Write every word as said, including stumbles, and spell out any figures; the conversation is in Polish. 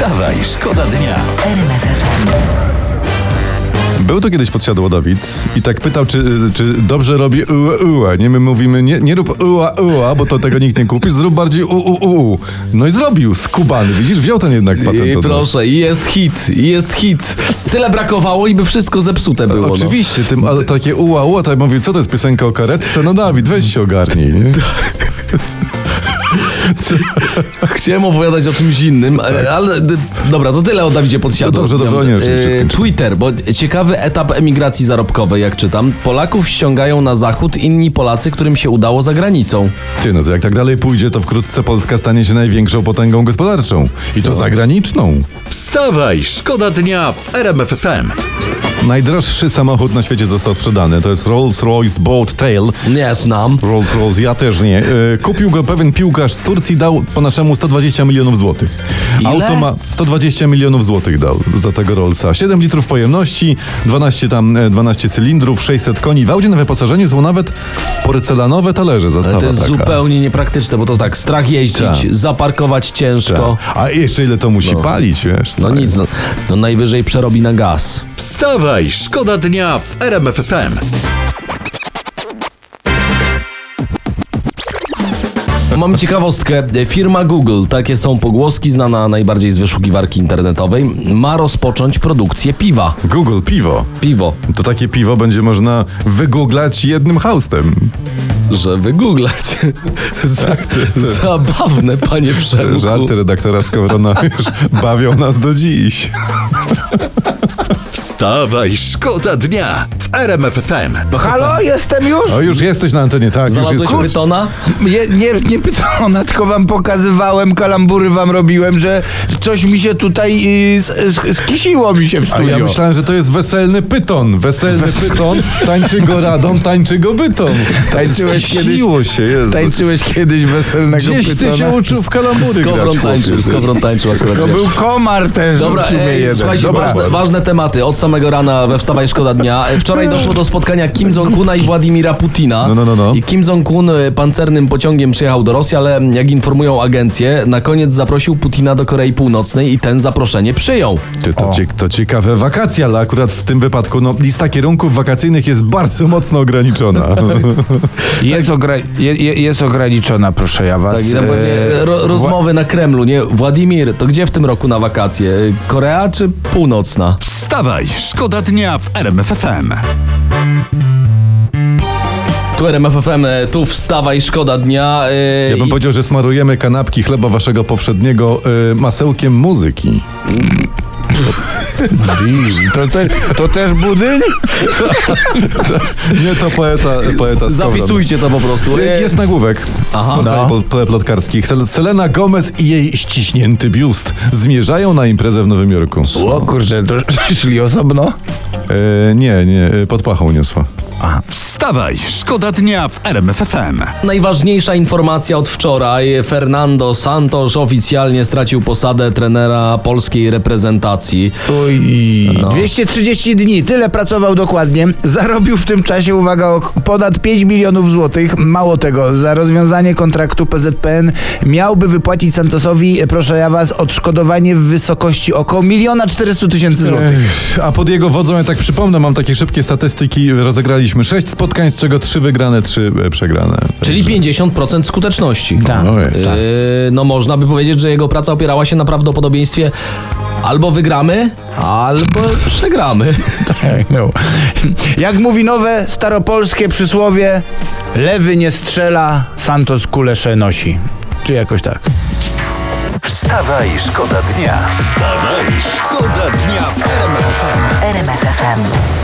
Wstawaj, szkoda dnia w R M F F M. Był to kiedyś podsiadło Dawid i tak pytał, czy, czy dobrze robi ua, ua. Nie, my mówimy, nie, nie rób ua, ua, bo to tego nikt nie kupi, zrób bardziej u, u, u. No i zrobił, skubany, widzisz, wziął ten jednak patent. I proszę, i jest hit, i jest hit. Tyle brakowało i by wszystko zepsute było. Oczywiście, tym, ale takie ua, ua, to ja mówię, co to jest piosenka o karetce? No Dawid, weź się ogarnij, nie? Co? Chciałem opowiadać o czymś innym, tak. ale dobra, to tyle o Dawidzie Podsiadło. To dobrze, dobrze, nie, oczywiście e, Twitter, bo ciekawy etap emigracji zarobkowej, jak czytam. Polaków ściągają na zachód inni Polacy, którym się udało za granicą. Ty, no to jak tak dalej pójdzie, to wkrótce Polska stanie się największą potęgą gospodarczą. I to no. zagraniczną. Wstawaj, szkoda dnia w R M F F M. Najdroższy samochód na świecie został sprzedany. To jest Rolls-Royce Boat Tail. Nie znam. Rolls-Royce, ja też nie. Yy, kupił go pewien piłkarz z Turcji, dał po naszemu sto dwadzieścia milionów złotych. Ile? Auto ma sto dwadzieścia milionów złotych dał za tego Rollsa. siedem litrów pojemności, dwanaście tam, dwanaście cylindrów, sześćset koni. W aucie na wyposażeniu są nawet porcelanowe talerze. Zastawa Ale to jest taka. zupełnie niepraktyczne, bo to tak, strach jeździć, Ta. zaparkować ciężko. Ta. A jeszcze ile to musi no. palić, wiesz? No tak. nic, no, no najwyżej przerobi na gaz. Wstawaj, szkoda dnia w R M F F M. Mam ciekawostkę. Firma Google, takie są pogłoski, znana najbardziej z wyszukiwarki internetowej, ma rozpocząć produkcję piwa. Google, piwo. Piwo. To takie piwo będzie można wygooglać jednym haustem. Że wygooglać. Tak, ty, ty. Zabawne, panie Przemku. Żarty redaktora Skowrona już bawią nas do dziś. Wstawaj, szkoda dnia w R M F F M. Halo, jestem już? O, już jesteś na antenie, tak. Znalazłeś już jesteś. Pytona? Nie, nie, nie pytona, tylko wam pokazywałem, kalambury wam robiłem, że coś mi się tutaj y, z, z, skisiło mi się w A studio. ja myślałem, że to jest weselny pyton. Weselny Wes- pyton, tańczy go radon, tańczy go byton. Tańczyłeś kiedyś, Skisiło się, Jezu. tańczyłeś kiedyś weselnego Gdzieś pytona? ty się uczył w kalambury Skowron grać, tańczył, chłopie. Skowron tańczył akurat. To wiesz. był komar też. Dobra, w sumie ej, jeden. słuchajcie, Dobra. ważne, ważne tematy. Od samego rana we Wstawaj, szkoda dnia. Wczoraj doszło do spotkania Kim Jong-una i Władimira Putina. No, no, no, no. I Kim Jong-un pancernym pociągiem przyjechał do Rosji, ale jak informują agencje, na koniec zaprosił Putina do Korei Północnej i ten zaproszenie przyjął. Ty, to, cie, to ciekawe wakacje, ale akurat w tym wypadku no, lista kierunków wakacyjnych jest bardzo mocno ograniczona. Jest, ogra- je, je, jest ograniczona, proszę ja was. Tak, i tam pewnie ro, rozmowy na Kremlu, nie? Władimir, to gdzie w tym roku na wakacje? Korea czy Północna? Wstawaj, szkoda dnia w R M F F M. Tu R M F F M, tu Wstawaj, szkoda dnia. Yy, Ja bym i- powiedział, że smarujemy kanapki chleba waszego powszedniego y, masełkiem muzyki. To, te, to też budyń? Nie, to poeta, poeta Skowron. Zapisujcie to po prostu. Je- Jest nagłówek Aha. z portali No. pl- plotkarskich. Sel- Selena Gomez i jej ściśnięty biust zmierzają na imprezę w Nowym Jorku. O kurczę, to szli osobno? E, nie, nie, pod pachą niosła. Wstawaj, szkoda dnia w R M F F M. Najważniejsza informacja od wczoraj. Fernando Santos oficjalnie stracił posadę trenera polskiej reprezentacji. Oj, No. dwieście trzydzieści dni, tyle pracował dokładnie. Zarobił w tym czasie, uwaga, o ponad pięć milionów złotych. Mało tego, za rozwiązanie kontraktu P Z P N miałby wypłacić Santosowi, proszę ja was, odszkodowanie w wysokości około miliona czterystu tysięcy złotych. Ech, a pod jego wodzą, ja tak przypomnę, mam takie szybkie statystyki, rozegraliśmy sześć spotkań, z czego trzy wygrane, trzy e, przegrane. Czyli pięćdziesiąt procent skuteczności. Tak. No, Yy, no można by powiedzieć, że jego praca opierała się na prawdopodobieństwie albo wygramy, albo przegramy. Tak, no. Jak mówi nowe staropolskie przysłowie, lewy nie strzela, Santos kulesze nosi. Czy jakoś tak. Wstawaj, szkoda dnia. Wstawaj, szkoda dnia w R M F F M. R M F F M.